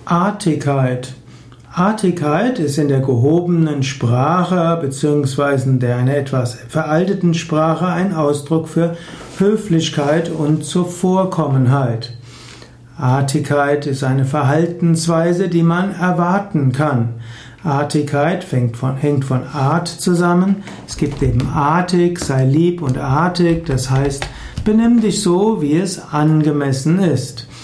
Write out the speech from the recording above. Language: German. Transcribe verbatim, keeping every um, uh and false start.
Artigkeit. Artigkeit ist in der gehobenen Sprache beziehungsweise in der einer etwas veralteten Sprache ein Ausdruck für Höflichkeit und Zuvorkommenheit. Artigkeit ist eine Verhaltensweise, die man erwarten kann. Artigkeit fängt von, hängt von Art zusammen. Es gibt eben artig, sei lieb und artig, das heißt, benimm dich so, wie es angemessen ist.